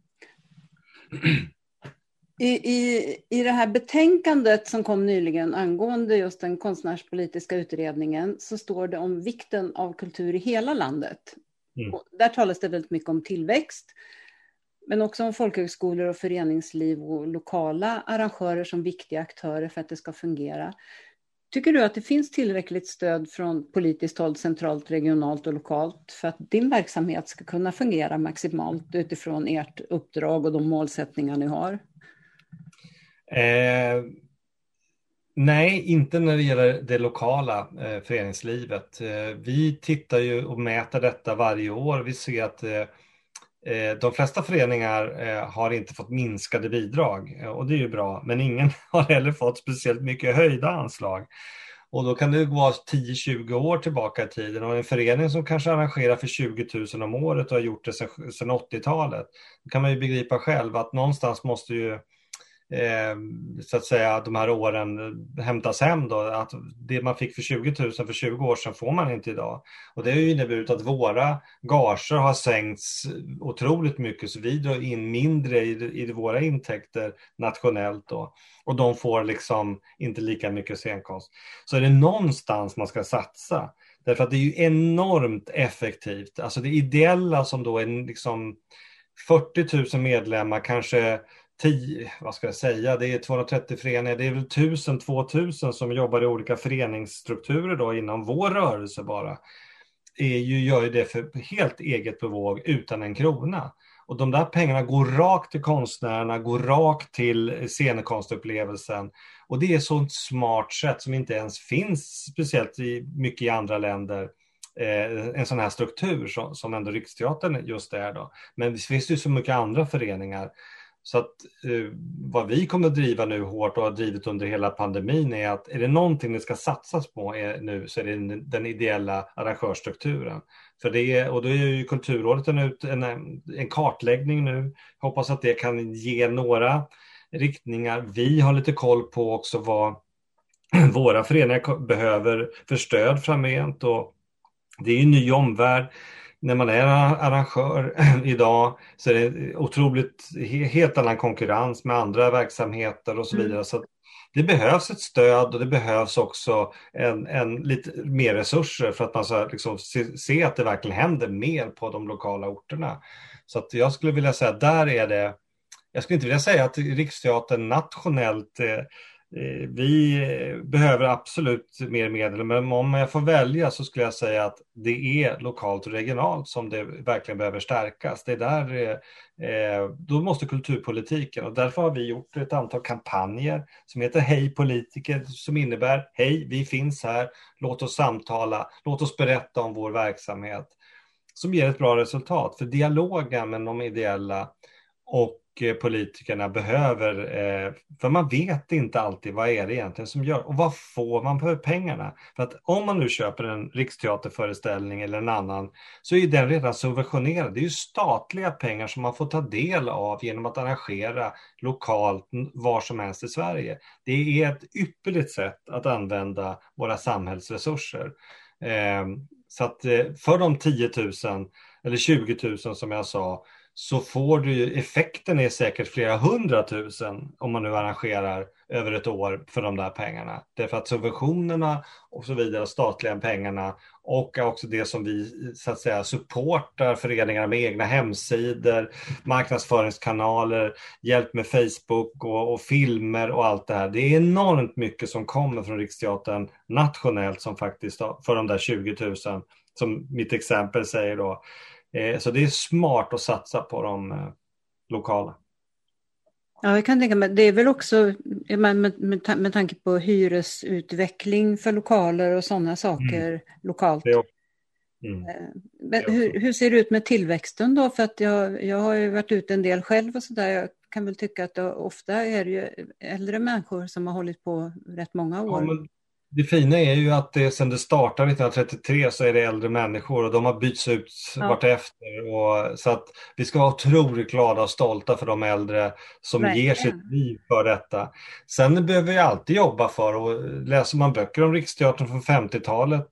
I det här betänkandet som kom nyligen angående just den konstnärspolitiska utredningen så står det om vikten av kultur i hela landet. Och där talas det väldigt mycket om tillväxt, men också om folkhögskolor och föreningsliv och lokala arrangörer som viktiga aktörer för att det ska fungera. Tycker du att det finns tillräckligt stöd från politiskt håll, centralt, regionalt och lokalt för att din verksamhet ska kunna fungera maximalt utifrån ert uppdrag och de målsättningar ni har? Nej, inte när det gäller det lokala föreningslivet. Vi tittar ju och mäter detta varje år. Vi ser att de flesta föreningar har inte fått minskade bidrag, och det är ju bra, men ingen har heller fått speciellt mycket höjda anslag. Och då kan det gå 10-20 år tillbaka i tiden, och en förening som kanske arrangerar för 20 000 om året och har gjort det sedan 80-talet, då kan man ju begripa själv att någonstans måste ju så att säga de här åren hämtas hem då, att det man fick för 20 000 för 20 år sedan får man inte idag, och det har ju inneburit att våra gager har sänkts otroligt mycket, så vi drar in mindre i våra intäkter nationellt då, och de får liksom inte lika mycket scenkonst. Så är det någonstans man ska satsa, därför att det är ju enormt effektivt, alltså det ideella som då är liksom 40 000 medlemmar, kanske 10, vad ska jag säga, det är 230 föreningar, det är väl 1000-2000 som jobbar i olika föreningsstrukturer då inom vår rörelse bara. Gör ju det för helt eget bevåg utan en krona. Och de där pengarna går rakt till konstnärerna, går rakt till scenkonstupplevelsen. Och det är så ett smart sätt som inte ens finns speciellt mycket i andra länder. En sån här struktur som ändå Riksteatern just är då. Men det finns ju så mycket andra föreningar. Så att vad vi kommer att driva nu hårt och har drivit under hela pandemin är att är det någonting det ska satsas på nu, så är det den ideella arrangörsstrukturen. För och då är ju Kulturrådet en kartläggning nu. Hoppas att det kan ge några riktningar. Vi har lite koll på också vad våra föreningar behöver för stöd framgent, och det är ju en ny omvärld. När man är arrangör idag så är det otroligt helt annan konkurrens med andra verksamheter och så vidare. Så det behövs ett stöd och det behövs också en lite mer resurser för att man ska liksom se att det verkligen händer mer på de lokala orterna. Så att jag skulle vilja säga att där är det, jag skulle inte vilja säga att Riksteatern nationellt vi behöver absolut mer medel, men om jag får välja så skulle jag säga att det är lokalt och regionalt som det verkligen behöver stärkas. Det är där, då måste kulturpolitiken, och därför har vi gjort ett antal kampanjer som heter Hej politiker, som innebär hej, vi finns här, låt oss samtala, låt oss berätta om vår verksamhet, som ger ett bra resultat. För dialogen med de ideella och politikerna behöver, för man vet inte alltid vad är det egentligen som gör och vad får man för pengarna. För att om man nu köper en riksteaterföreställning eller en annan, så är den redan subventionerad. Det är ju statliga pengar som man får ta del av genom att arrangera lokalt var som helst i Sverige. Det är ett ypperligt sätt att använda våra samhällsresurser. Så att för de 10 000 eller 20 000 som jag sa, så får du ju, effekten är säkert flera 100 000 om man nu arrangerar över ett år för de där pengarna. Därför att subventionerna och så vidare, statliga pengarna, och också det som vi så att säga supportar föreningar med egna hemsidor, marknadsföringskanaler, hjälp med Facebook och filmer och allt det här. Det är enormt mycket som kommer från Riksteatern nationellt som faktiskt för de där 20 000 som mitt exempel säger då. Så det är smart att satsa på de lokala. Ja, jag kan tänka mig, det är väl också med tanke på hyresutveckling för lokaler och sådana saker lokalt. Men hur ser det ut med tillväxten då? För att jag har ju varit ute en del själv och sådär. Jag kan väl tycka att ofta är det ju äldre människor som har hållit på rätt många år. Ja, men det fina är ju att sen det startade 1933 så är det äldre människor och de har bytts ut vartefter. Och, så att vi ska vara otroligt glada och stolta för de äldre som ger sitt liv för detta. Sen behöver vi alltid jobba för, och läser man böcker om Riksteatern från 50-talet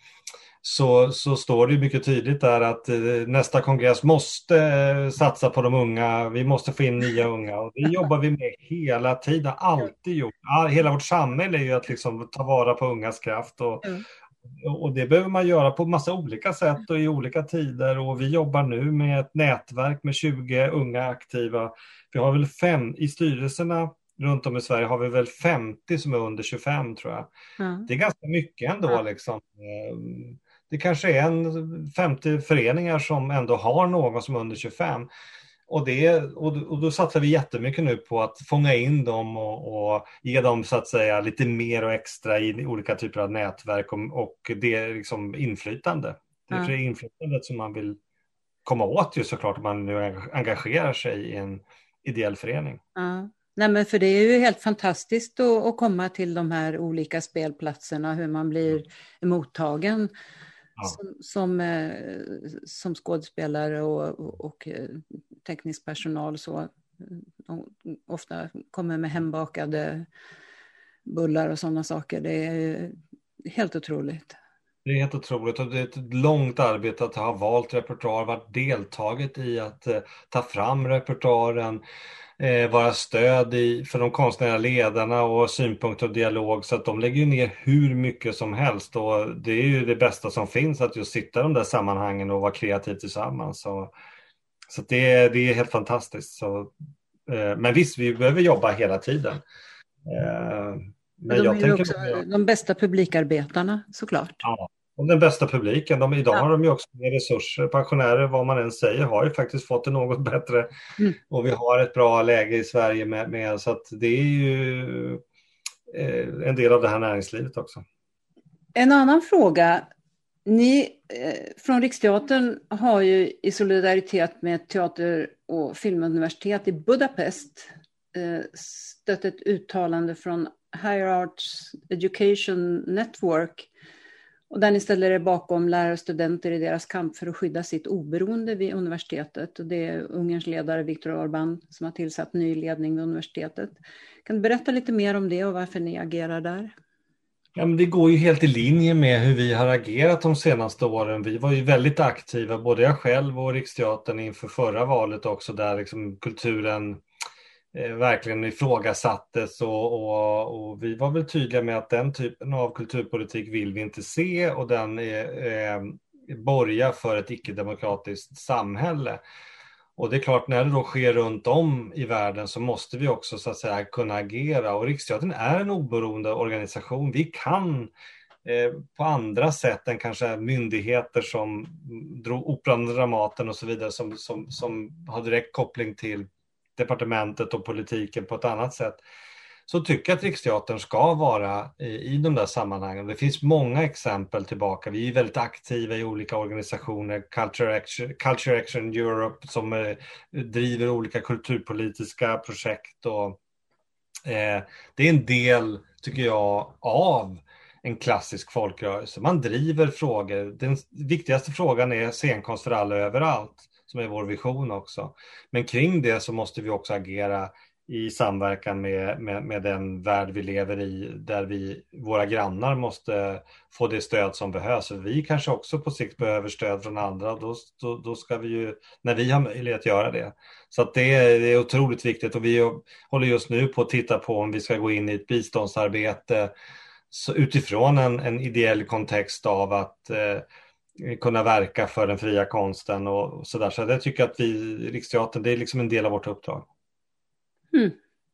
så står det mycket tydligt där att nästa kongress måste satsa på de unga. Vi måste få in nya unga, och det jobbar vi med hela tiden, alltid gjort. Hela vårt samhälle är ju att liksom ta vara på ungas kraft, och det behöver man göra på massa olika sätt och i olika tider, och vi jobbar nu med ett nätverk med 20 unga aktiva. Vi har väl i styrelserna runt om i Sverige har vi väl 50 som är under 25 tror jag. Det är ganska mycket ändå liksom. Det kanske är 50 föreningar som ändå har någon som är under 25. Och då satsar vi jättemycket nu på att fånga in dem och ge dem så att säga lite mer och extra i olika typer av nätverk och det är liksom inflytande. Det är inflytandet som man vill komma åt ju såklart om man nu engagerar sig i en ideell förening. Ja. Nej, men för det är ju helt fantastiskt att komma till de här olika spelplatserna, hur man blir mottagen. Som skådespelare och teknisk personal, så de ofta kommer med hembakade bullar och sådana saker. Det är helt otroligt. Det är helt otroligt, och det är ett långt arbete att ha valt repertoar, varit deltagit i att ta fram repertoaren, vara stöd för de konstnärliga ledarna och synpunkter och dialog, så att de lägger ner hur mycket som helst, och det är ju det bästa som finns, att just sitta i de där sammanhangen och vara kreativ tillsammans. Så det är helt fantastiskt. Så, men visst, vi behöver jobba hela tiden. Men de är ju också de bästa publikarbetarna såklart. Ja. Och den bästa publiken, idag har de ju också mer resurser. Pensionärer, vad man än säger, har ju faktiskt fått det något bättre. Och vi har ett bra läge i Sverige med så att det är ju en del av det här näringslivet också. En annan fråga. Ni från Riksteatern har ju i solidaritet med teater- och filmuniversitet i Budapest stött ett uttalande från Higher Arts Education Network, och där ni ställer er bakom lärare och studenter i deras kamp för att skydda sitt oberoende vid universitetet. Och det är Ungerns ledare Viktor Orbán som har tillsatt ny ledning vid universitetet. Kan du berätta lite mer om det och varför ni agerar där? Ja, men det går ju helt i linje med hur vi har agerat de senaste åren. Vi var ju väldigt aktiva, både jag själv och Riksteatern inför förra valet också, där liksom kulturen verkligen ifrågasattes och vi var väl tydliga med att den typen av kulturpolitik vill vi inte se, och den borgar för ett icke-demokratiskt samhälle. Och det är klart, när det då sker runt om i världen så måste vi också så att säga kunna agera, och Riksteatern är en oberoende organisation. Vi kan på andra sätt än kanske myndigheter som Operan, Dramaten och så vidare som har direkt koppling till departementet och politiken på ett annat sätt, så tycker jag att Riksteatern ska vara i de där sammanhangen. Det finns många exempel tillbaka. Vi är väldigt aktiva i olika organisationer, Culture Action Europe som driver olika kulturpolitiska projekt, och det är en del, tycker jag, av en klassisk folkrörelse. Man driver frågor. Den viktigaste frågan är scenkonst för alla överallt, som är vår vision också. Men kring det så måste vi också agera i samverkan med den värld vi lever i, där våra grannar måste få det stöd som behövs. Vi kanske också på sikt behöver stöd från andra, då ska vi ju, när vi har möjlighet att göra det. Så att det är otroligt viktigt, och vi håller just nu på att titta på om vi ska gå in i ett biståndsarbete så utifrån en ideell kontext av att kunna verka för den fria konsten och sådär. Så jag tycker att Riksteatern, det är liksom en del av vårt uppdrag. Mm.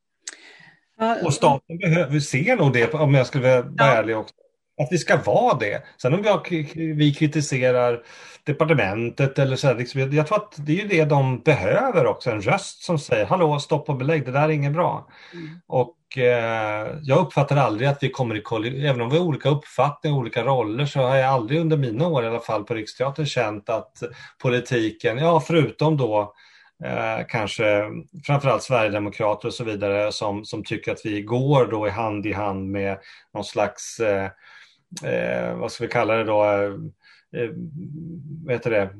Och staten behöver se nog det, om jag skulle vara ärlig också, att vi ska vara det. Sen om vi kritiserar departementet eller så här, liksom, jag tror att det är det de behöver också, en röst som säger hallå, stopp och belägg, det där är inget bra. Och jag uppfattar aldrig att vi kommer i kollision, även om vi har olika uppfattningar och olika roller, så har jag aldrig under mina år i alla fall på Riksteatern känt att politiken, förutom då kanske framförallt Sverigedemokrater och så vidare som tycker att vi går då i hand med någon slags vad ska vi kalla det då, vad heter det,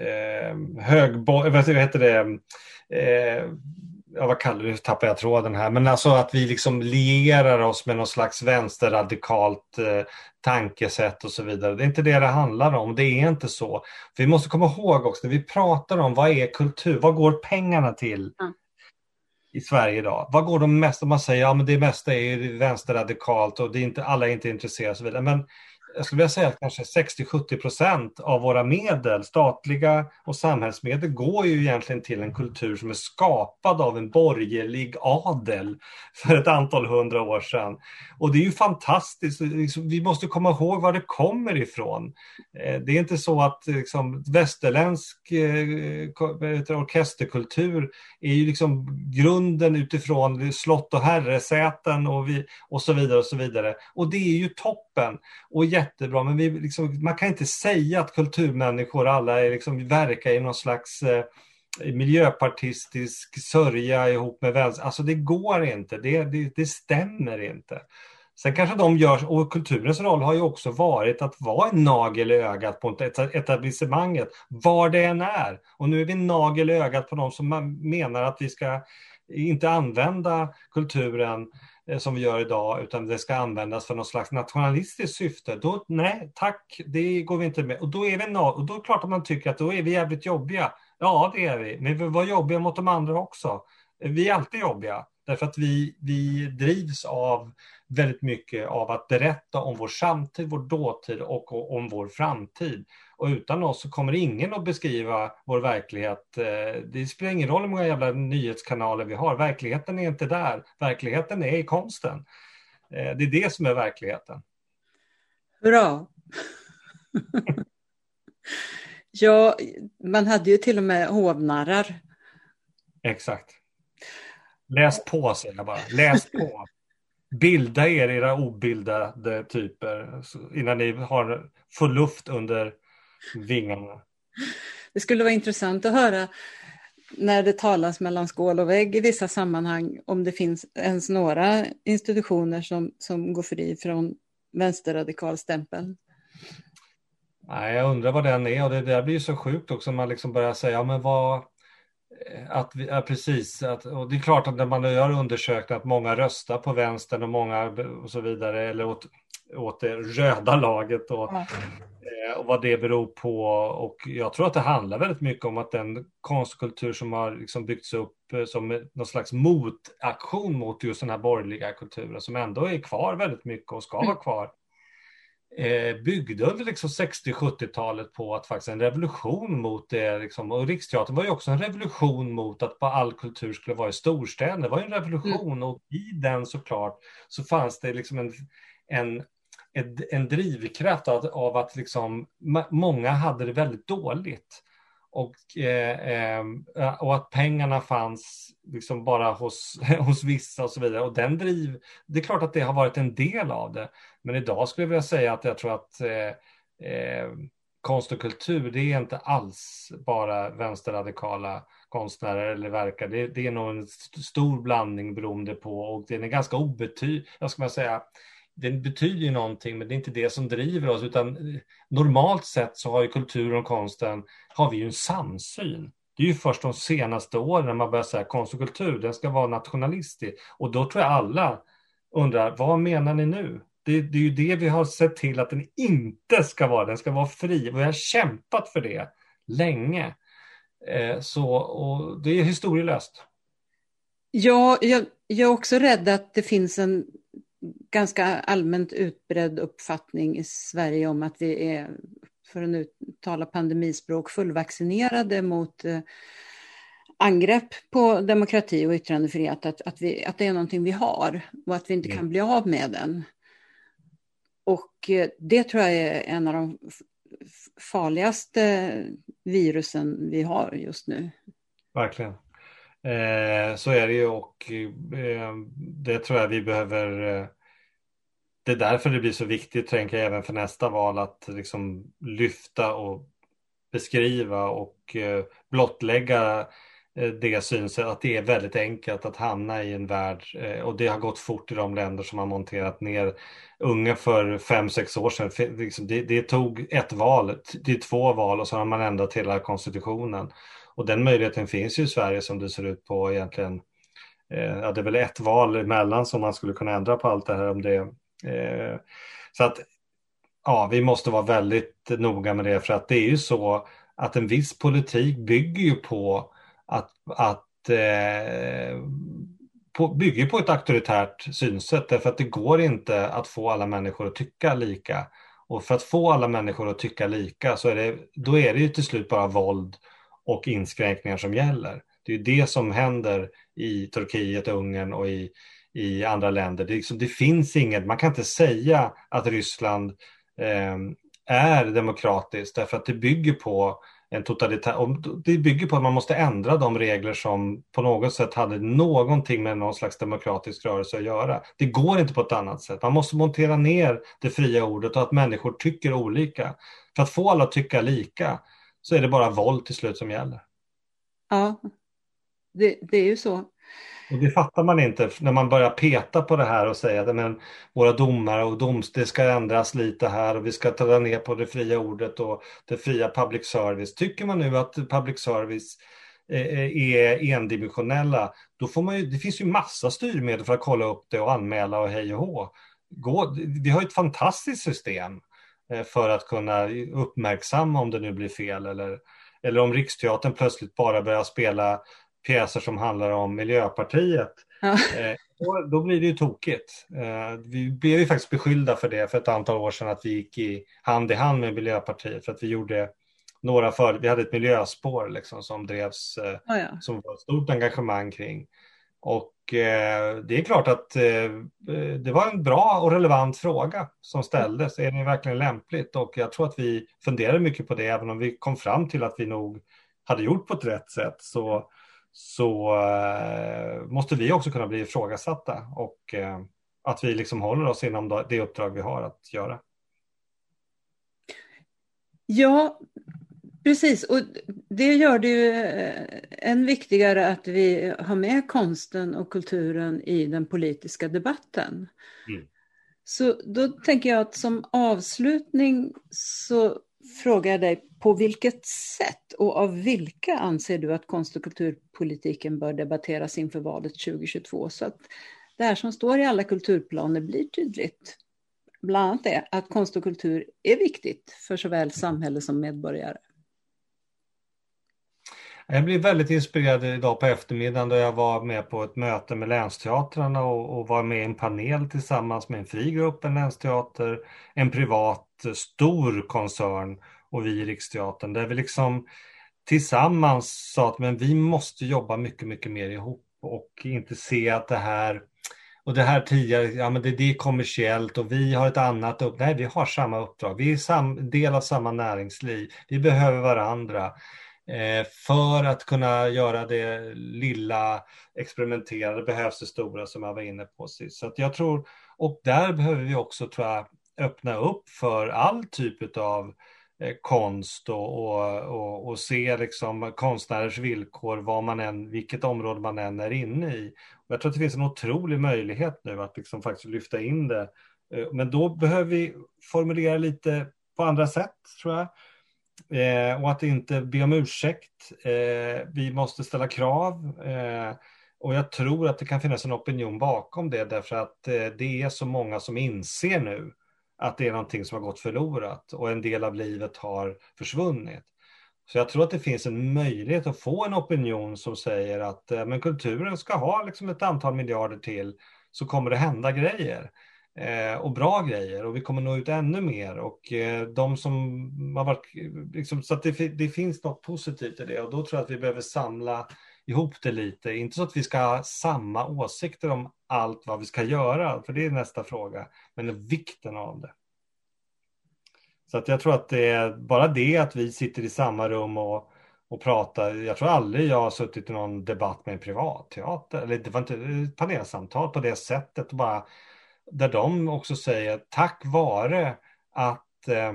vad kallar det, tappar jag tråden här, men alltså att vi liksom lierar oss med någon slags vänsterradikalt tankesätt och så vidare. Det är inte det handlar om, det är inte så. För vi måste komma ihåg också, när vi pratar om vad är kultur, vad går pengarna till i Sverige idag? Vad går de mest, om man säger men det mesta är vänsterradikalt och det är inte, alla är inte intresserade och så vidare, men jag skulle vilja säga att kanske 60-70% av våra medel, statliga och samhällsmedel, går ju egentligen till en kultur som är skapad av en borgerlig adel för ett antal 100 år sedan. Och det är ju fantastiskt. Vi måste komma ihåg var det kommer ifrån. Det är inte så att liksom, västerländsk orkesterkultur är ju liksom grunden utifrån slott och herresäten och så vidare och så vidare. Och det är ju toppen och jättebra, men man kan inte säga att kulturmänniskor alla är liksom, verkar i någon slags miljöpartistisk sörja ihop med vänster. Alltså det går inte, det stämmer inte. Sen kanske de gör, och kulturens roll har ju också varit att vara en nagel i ögat på etablissemanget, var det än är. Och nu är vi en nagel i ögat på de som menar att vi ska inte använda kulturen som vi gör idag, utan det ska användas för något slags nationalistiskt syfte. Då, nej, tack, det går vi inte med. Och då är och då är det klart att man tycker att då är vi jävligt jobbiga. Ja, det är vi. Men vi var jobbiga mot de andra också. Vi är alltid jobbiga. Därför att vi drivs av väldigt mycket av att berätta om vår samtid, vår dåtid och om vår framtid. Och utan oss så kommer ingen att beskriva vår verklighet. Det spelar ingen roll hur många jävla nyhetskanaler vi har. Verkligheten är inte där. Verkligheten är i konsten. Det är det som är verkligheten. Hurra! Ja, man hade ju till och med hovnarrar. Exakt. Läs på, säger jag bara. Läs på. Bilda era obildade typer innan ni har full luft under vingarna. Det skulle vara intressant att höra när det talas mellan skål och vägg i vissa sammanhang, om det finns ens några institutioner som går fri från vänsterradikal stämpel. Nej, jag undrar vad den är, och det där blir ju så sjukt också när man liksom börjar säga, men vad... precis, och det är klart att när man gör undersökningar att många röstar på vänstern och många och så vidare, eller åt det röda laget och vad det beror på. Och jag tror att det handlar väldigt mycket om att den konstkultur som har liksom byggts upp som någon slags motaktion mot just den här borgerliga kulturen som ändå är kvar väldigt mycket och ska vara kvar, byggde under liksom 60-70-talet på att faktiskt en revolution mot det liksom, och Riksteatern var ju också en revolution mot att all kultur skulle vara i storstäder. Det var ju en revolution och i den såklart så fanns det liksom en drivkraft av att liksom många hade det väldigt dåligt och att pengarna fanns liksom bara hos vissa och så vidare, och det är klart att det har varit en del av det, men idag skulle jag vilja säga att jag tror att konst och kultur, det är inte alls bara vänsterradikala konstnärer eller verkar, det är nog en stor blandning beroende på, och den är ganska obetydlig, jag ska säga. Den betyder ju någonting, men det är inte det som driver oss, utan normalt sett så har ju kulturen och konsten, har vi ju en samsyn. Det är ju först de senaste åren när man börjar säga konst och kultur, den ska vara nationalistisk. Och då tror jag alla undrar, vad menar ni nu? Det är ju det vi har sett till att den inte ska vara, den ska vara fri. Och vi har kämpat för det länge. Och det är historielöst. Ja, jag är också rädd att det finns en ganska allmänt utbredd uppfattning i Sverige om att vi är, för att nu tala pandemispråk, fullvaccinerade mot angrepp på demokrati och yttrandefrihet, att det är någonting vi har och att vi inte kan bli av med den. Och det tror jag är en av de farligaste virusen vi har just nu. Verkligen. Så är det ju, och det tror jag vi behöver. Det är därför det blir så viktigt, tänker jag, även för nästa val, att liksom lyfta och beskriva och blottlägga det synsättet, att det är väldigt enkelt att hamna i en värld, och det har gått fort i de länder som har monterat ner unga för 5-6 år sedan. Det tog ett val, det är 2 val, och så har man ändrat hela konstitutionen. Och den möjligheten finns ju i Sverige som det ser ut på egentligen. Det är väl ett val emellan som man skulle kunna ändra på allt det här om det. Så att vi måste vara väldigt noga med det, för att det är ju så att en viss politik bygger ju på bygger på ett auktoritärt synsätt, därför att det går inte att få alla människor att tycka lika. Och för att få alla människor att tycka lika så är det ju till slut bara våld och inskränkningar som gäller. Det är ju det som händer i Turkiet, Ungern och i andra länder. Det finns inget, man kan inte säga att Ryssland är demokratiskt, därför att det bygger på det bygger på att man måste ändra de regler som på något sätt hade någonting med någon slags demokratisk rörelse att göra. Det går inte på ett annat sätt. Man måste montera ner det fria ordet och att människor tycker olika. För att få alla att tycka lika så är det bara våld till slut som gäller. Ja, det är ju så. Och det fattar man inte när man börjar peta på det här och säga att våra domare och det ska ändras lite här och vi ska ta ner på det fria ordet och det fria public service. Tycker man nu att public service är endimensionella, då får man ju, det finns ju massa styrmedel för att kolla upp det och anmäla och hej och hå. Vi har ett fantastiskt system för att kunna uppmärksamma om det nu blir fel eller om Riksteatern plötsligt bara börjar spela pjäser som handlar om Miljöpartiet. Ja. Då blir det ju tokigt. Vi blev ju faktiskt beskyllda för det för ett antal år sedan, att vi gick i hand med Miljöpartiet för att vi gjorde vi hade ett miljöspår liksom, som drevs som var ett stort engagemang kring. Och det är klart att det var en bra och relevant fråga som ställdes. Är det verkligen lämpligt? Och jag tror att vi funderade mycket på det, även om vi kom fram till att vi nog hade gjort på ett rätt sätt, så måste vi också kunna bli ifrågasatta och att vi liksom håller oss inom det uppdrag vi har att göra. Ja, precis. Och det gör det ju än viktigare att vi har med konsten och kulturen i den politiska debatten. Mm. Så då tänker jag att som avslutning så frågar jag dig, på vilket sätt och av vilka anser du att konst- och kulturpolitiken bör debatteras inför valet 2022, så att det här som står i alla kulturplaner blir tydligt? bland annat är att konst och kultur är viktigt för såväl samhälle som medborgare. Jag blev väldigt inspirerad idag på eftermiddagen då jag var med på ett möte med länsteatrarna och var med i en panel tillsammans med en fri grupp, en länsteater, en privat stor koncern och vi i Riksteatern, där vi liksom tillsammans sa att men vi måste jobba mycket, mycket mer ihop och inte se att det här tidigare, ja men det är kommersiellt och vi har ett annat uppdrag. Nej, vi har samma uppdrag. Vi är del av samma näringsliv. Vi behöver varandra för att kunna göra det lilla experimenterande behövs det stora som jag var inne på sist. Så att jag tror, och där behöver vi också tror jag öppna upp för all typ av konst och se liksom konstnärers villkor vilket område man än är inne i. Och jag tror att det finns en otrolig möjlighet nu att liksom faktiskt lyfta in det. Men då behöver vi formulera lite på andra sätt tror jag. Och att inte be om ursäkt. Vi måste ställa krav. Och jag tror att det kan finnas en opinion bakom det därför att det är så många som inser nu att det är någonting som har gått förlorat och en del av livet har försvunnit. Så jag tror att det finns en möjlighet att få en opinion som säger att men kulturen ska ha liksom ett antal miljarder till så kommer det hända grejer. Och bra grejer och vi kommer nå ut ännu mer och de som har varit liksom, så att det finns något positivt i det och då tror jag att vi behöver samla ihop det lite, inte så att vi ska ha samma åsikter om allt vad vi ska göra, för det är nästa fråga, men vikten av det. Så att jag tror att det är bara det att vi sitter i samma rum och pratar. Jag tror aldrig jag har suttit i någon debatt med en privatteater eller det var inte ett panelsamtal på det sättet och bara där de också säger tack vare att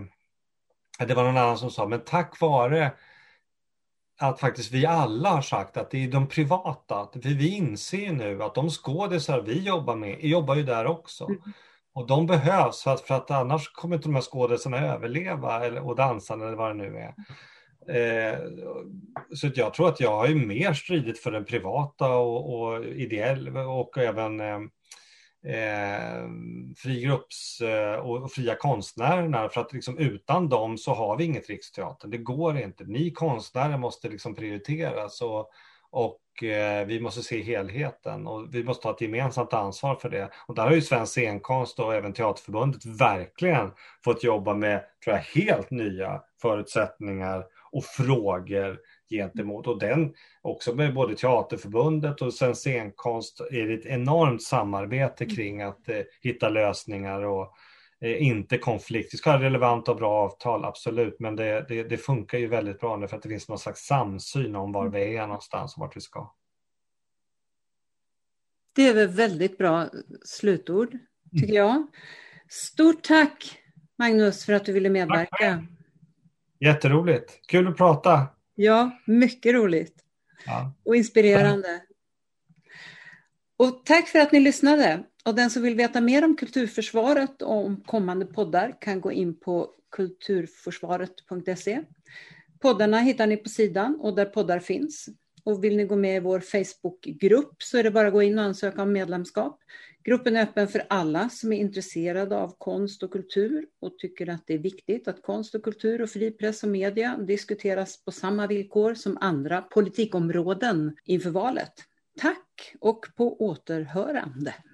det var någon annan som sa men tack vare att faktiskt vi alla har sagt att det är de privata, för vi inser nu att de skådisar vi jobbar med jobbar ju där också. Och de behövs för att annars kommer inte de här skådisarna överleva och dansarna eller vad det nu är. Så jag tror att jag har ju mer stridit för den privata och ideell och även frigrupps och fria konstnärerna för att liksom utan dem så har vi inget Riksteatern. Det går inte. Ni konstnärer måste liksom prioriteras och vi måste se helheten och vi måste ha ett gemensamt ansvar för det. Och där har ju Svensk scenkonst och även Teaterförbundet verkligen fått jobba med tror jag helt nya förutsättningar och frågor gentemot och den också med både Teaterförbundet och Svensk scenkonst är det ett enormt samarbete kring att hitta lösningar och inte konflikt. Det ska ha relevant och bra avtal, absolut, men det funkar ju väldigt bra nu för att det finns någon slags samsyn om var vi är någonstans och vart vi ska. Det är väl väldigt bra slutord, tycker jag. Stort tack, Magnus, för att du ville medverka. Tack. Jätteroligt. Kul att prata. Ja, mycket roligt. Ja. Och inspirerande. Och tack för att ni lyssnade. Och den som vill veta mer om Kulturförsvaret och om kommande poddar kan gå in på kulturförsvaret.se. Poddarna hittar ni på sidan och där poddar finns. Och vill ni gå med i vår Facebookgrupp så är det bara att gå in och ansöka om medlemskap. Gruppen är öppen för alla som är intresserade av konst och kultur och tycker att det är viktigt att konst och kultur och fri press och media diskuteras på samma villkor som andra politikområden inför valet. Tack och på återhörande.